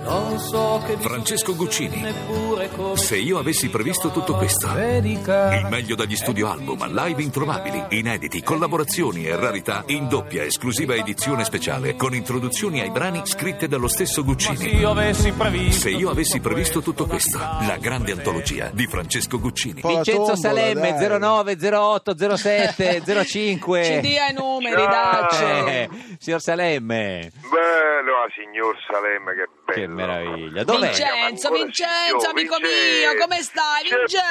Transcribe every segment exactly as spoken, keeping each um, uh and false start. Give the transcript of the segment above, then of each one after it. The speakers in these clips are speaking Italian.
Francesco Guccini. Se io avessi previsto tutto questo. Il meglio dagli studio album, live introvabili, inediti, collaborazioni e rarità in doppia esclusiva edizione speciale con introduzioni ai brani scritte dallo stesso Guccini. Se io avessi previsto tutto questo. La grande antologia di Francesco Guccini. Vincenzo Salemme zero nove zero otto zero sette zero cinque. Ci dia i numeri, dacci. Eh, signor Salemme. Bello, signor Salemme, che bello. Che meraviglia. Dov'è? Vincenzo, Vincenzo, amico mio, come stai?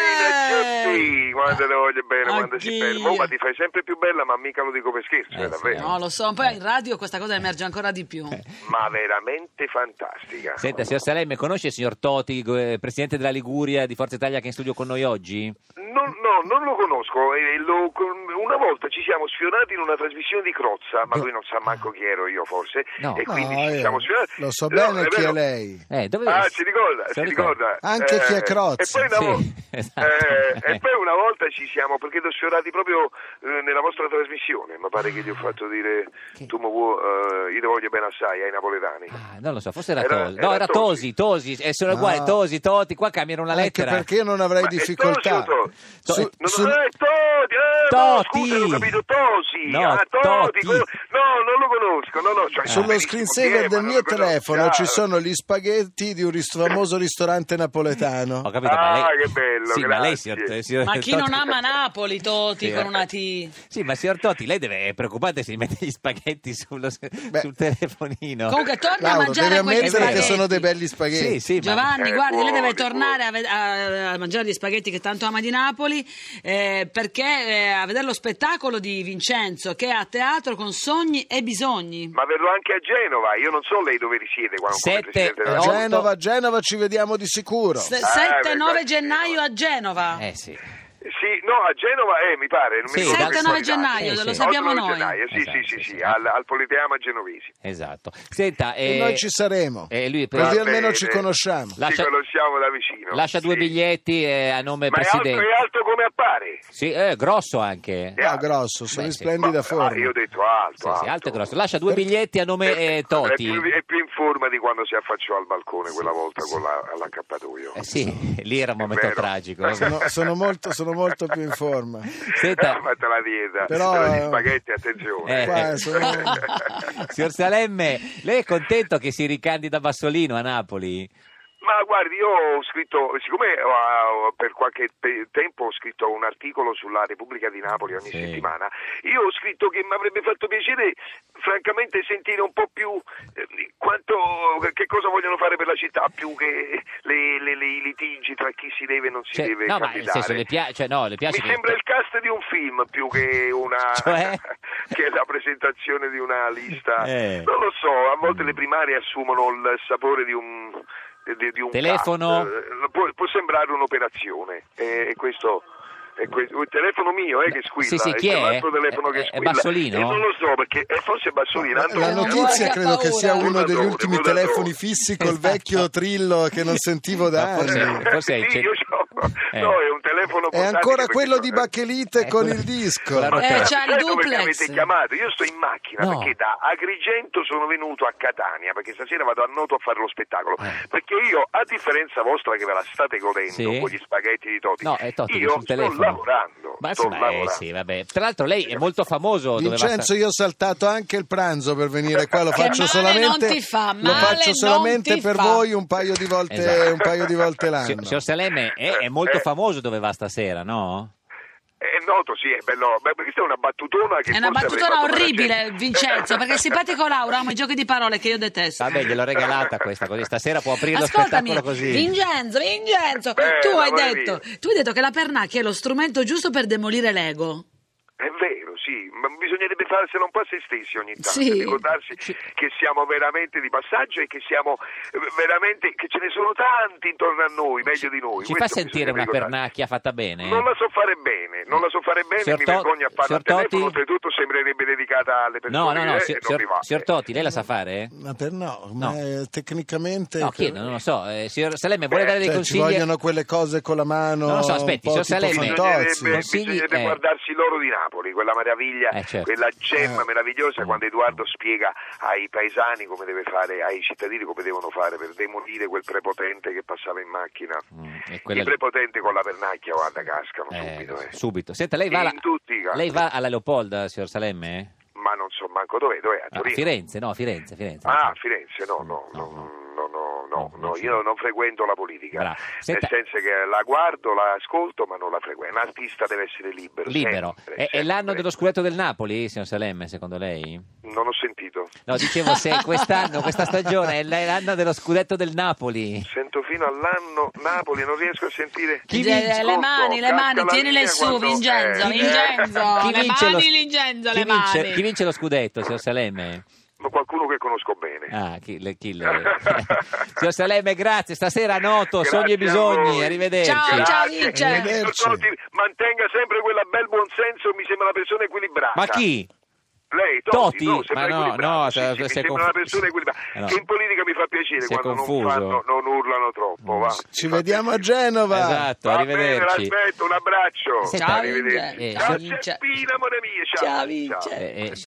Vincenzo! Quando te voglio bene, quando si bene. Anch'io. Oh, ma ti fai sempre più bella, ma mica lo dico per scherzo, Eh, è davvero. No, lo so, poi in radio questa cosa emerge ancora di più. Ma veramente fantastica. Senta, signor Salemme, conosce il signor Toti, eh, presidente della Liguria di Forza Italia, che è in studio con noi oggi? Non, no, non lo conosco. eh, lo- una volta ci siamo sfionati in una trasmissione di Crozza, ma lui non sa manco chi ero io, forse. No. E quindi No, ci io siamo sfionati. lo so No, bene è chi vero. è lei. Eh, dove... Ah, si ricorda, Se si lo ricorda. Anche chi è Eh, Crozza. E poi una, vo- Sì, esatto. eh, e poi una volta ci siamo, perché ti ho sfiorati proprio eh, nella vostra trasmissione. Mi pare che ti ho fatto dire, Che- tu mi vuoi, eh, io ti voglio bene assai ai napoletani. Ah, non lo so, forse era, Era- Tosi. No, era era Tosi, Tosi. Tosi, eh, sono No. uguali, Tosi, Toti, qua cambiano una Anche lettera. perché io non avrei Ma è difficoltà. Tosi o To- To- Su- Non su- è Toti, eh, Toti. no, scusa, ho capito, Tosi. No, ah, Toti. Toti. co- No, non lo conosco, no, no. Cioè, so Sullo benissimo chi screensaver è, del ma non mio lo conosco. telefono Ah, ci sono gli spaghetti di un ris- famoso ristorante napoletano. Ho capito, ma lei... Ah, che bello, Sì, ma lei, grazie. signor, signor Ma chi Toti- non ama Napoli, Toti, Sì, con eh. una T? Sì, ma signor Toti, lei deve è preoccupante se gli mette gli spaghetti sullo, sul telefonino. Comunque torna a Lauro, mangiare devi questi ammettere che spaghetti. sono dei belli spaghetti. Sì, sì, ma... Giovanni, Eh, guardi, lei buoni, deve tornare a, buoni. ve- a- a mangiare gli spaghetti che tanto ama di Napoli, eh, perché eh, a vedere lo spettacolo di Vincenzo, che è a teatro con sogni e bisogni. Ma verrò anche a Genova, io non so lei dove risiede qua, come Sette, presidente della A otto. Genova, a Genova ci vediamo di sicuro. sette nove beh, gennaio a Genova. Eh sì. Sì, no, a Genova, eh, mi pare. Non Sì, mi ricordo sette che nove sono dati. gennaio, Sì, lo sì. sappiamo otto nove noi. gennaio, sì, Esatto, sì, sì, sì, sì, sì. al, al Politeama Genovesi. Esatto. Senta, E eh, noi ci saremo. eh, lui per- Così Va almeno bene. ci conosciamo. Lascia- Ci conosciamo da vicino. lascia due Sì. biglietti eh, a nome Ma è alto, presidente. è alto come appare. Sì, eh, grosso anche. È Ah, alto. grosso, sono Beh, in sì. splendida Ah, forma. io ho detto alto, Sì, alto. sì, alto e grosso. Lascia due biglietti a nome eh, È Toti. più, è più in forma di quando si affacciò al balcone quella volta con la, all'accappatoio. Eh, sì, lì era un È momento vero. tragico. Sono, sono molto, sono molto più in forma. Senta, Ha fatto la dieta, Però, però gli eh, spaghetti, attenzione. Eh. Qua, sono- signor Salemme, lei è contento che si ricandida Bassolino a Napoli? Ma guardi, io ho scritto, siccome uh, per qualche te- tempo ho scritto un articolo sulla Repubblica di Napoli ogni Sì. settimana, io ho scritto che mi avrebbe fatto piacere francamente sentire un po' più eh, quanto, che cosa vogliono fare per la città, più che le, le- le- i litigi tra chi si deve e non si Cioè, deve no, ma nel candidare. senso, le, pia- cioè, no, le piace Mi che... sembra il cast di un film più che una Cioè? che la presentazione di una lista. Eh. Non lo so, a volte le primarie assumono il sapore di un di, di un Telefono? cast. Eh, Può, può sembrare un'operazione e, e questo è questo. Il telefono mio eh, che squilla, Sì, sì, chi c'è è? un altro telefono che È- è squilla. Bassolino? E non lo so perché eh, forse è Bassolino. La Andò- notizia Che credo che sia paura. uno degli Votatore, ultimi votatore. telefoni fissi col Esatto. vecchio trillo che non sentivo da Ma forse- anni. forse è il sì, cen- io c'ho- Eh. no, è un telefono È portatile ancora perché quello sono- di Bachelite Eh, con quella- il disco. quella rotella. Eh, c'ha il Sai dove mi duplex. avete chiamato? Io sto in macchina No. perché da Agrigento sono venuto a Catania perché stasera vado a Noto a fare lo spettacolo. Eh. Perché io, a differenza vostra che ve la state godendo Sì. con gli spaghetti di Toti, No, è Toti che io sul sto telefono. lavorando. Ma sto sì, ma, eh, lavorando. sì, vabbè. Tra l'altro lei è molto famoso. dove va Vincenzo, sta- io ho saltato anche il pranzo per venire qua, lo Che faccio male solamente, non ti fa, lo male faccio non solamente ti per fa. voi un paio di volte, Esatto. un paio di volte l'anno. Signor signor Salemme è, è molto Eh. famoso dove va stasera, no? È noto, sì, è bello. Beh, questa è una battutona che È una forse avrei battutona fatto per la orribile, gente. Vincenzo, perché è simpatico Laura, ama i giochi di parole che io detesto. Vabbè, gliel'ho regalata questa, così stasera può aprire Ascoltami, lo spettacolo così. Vincenzo, Vincenzo, Beh, tu hai lavori detto, via. tu hai detto che la pernacchia è lo strumento giusto per demolire l'ego. È vero, sì, ma bisognerebbe farselo un po' a se stessi ogni tanto, Sì. ricordarsi che siamo veramente di passaggio e che siamo eh, veramente, che ce ne sono tanti intorno a noi, meglio di noi. Ci fa Questo sentire bisogna una ricordarsi. pernacchia fatta bene? Non la so fare bene, non la so fare bene, Signor mi To- vergogno a farla al signor Toti? telefono, oltretutto sembrerebbe dedicata alle persone No, no, no, eh, si- e non signor, mi va. signor Toti, lei la sa fare? Ma per no, No. ma, eh, tecnicamente No, chiedo, non lo so. Eh, signor Salemme, vuole dare dei cioè, ci consigli? vogliono quelle cose con la mano. Non lo so, aspetti, un po' signor tipo Salemme. Fantozzi. Bisognerebbe, Consigli- bisognerebbe eh. guardarsi l'oro di Napoli, quella meraviglia Italia, Eh, certo. quella gemma Eh. meravigliosa quando Edoardo spiega ai paesani come deve fare, ai cittadini come devono fare per demolire quel prepotente che passava in macchina. Mm, e quella- I prepotenti con la pernacchia, guarda, cascano Eh, subito. Eh. subito. Senta, lei va, alla... In tutti i casi. lei va alla Leopolda, signor Salemme? Ma non so manco dov'è, dov'è? A Ah, a Torino? Firenze, no, a Firenze, Firenze. Ah, a Firenze, no, no, No, no, no. no, no, no, No, no, io non frequento la politica, Bravo. Senta- nel senso che la guardo, la ascolto, ma non la frequento. Un artista deve essere libero. Libero. sempre, È, è sempre. l'anno dello scudetto del Napoli, signor Salemme, secondo lei? Non ho sentito. No, dicevo se quest'anno, questa stagione è l'anno dello scudetto del Napoli. Sento fino all'anno Napoli, non riesco a sentire. Chi Eh, vince? le mani, le Casca mani, la tienile linea su, quando- Vincenzo, eh, Vincenzo, Chi le vince lo- mani, Vincenzo, chi le vince- mani. chi vince lo scudetto, signor Salemme? Ma qualcuno che conosco bene. Ah, chi, le, chi le... Signor Salemme, grazie. Stasera a Noto, Grazie sogni e a bisogni. voi. Arrivederci. Ciao, ciao, Grazie. Vince. Arrivederci. Totti, mantenga sempre quella bel buonsenso, mi sembra una persona equilibrata. Ma chi? Lei, Totti, Totti? no, sembra Ma no, equilibrato. no, Sì, se- sì, si mi è sembra confu- una persona equilibrata. Eh, no. Che in politica mi fa piacere Si è quando non, confuso. fanno, non urlano troppo. Va. Ci Mi fa vediamo a piacere. Genova. Esatto, Va arrivederci. bene, l'aspetto, un abbraccio. Senta, Ciao, Arrivederci. Vince. eh, Ciao Vince. Zeppina, amore mia. Ciao. Ciao, Vince. Eh, eh,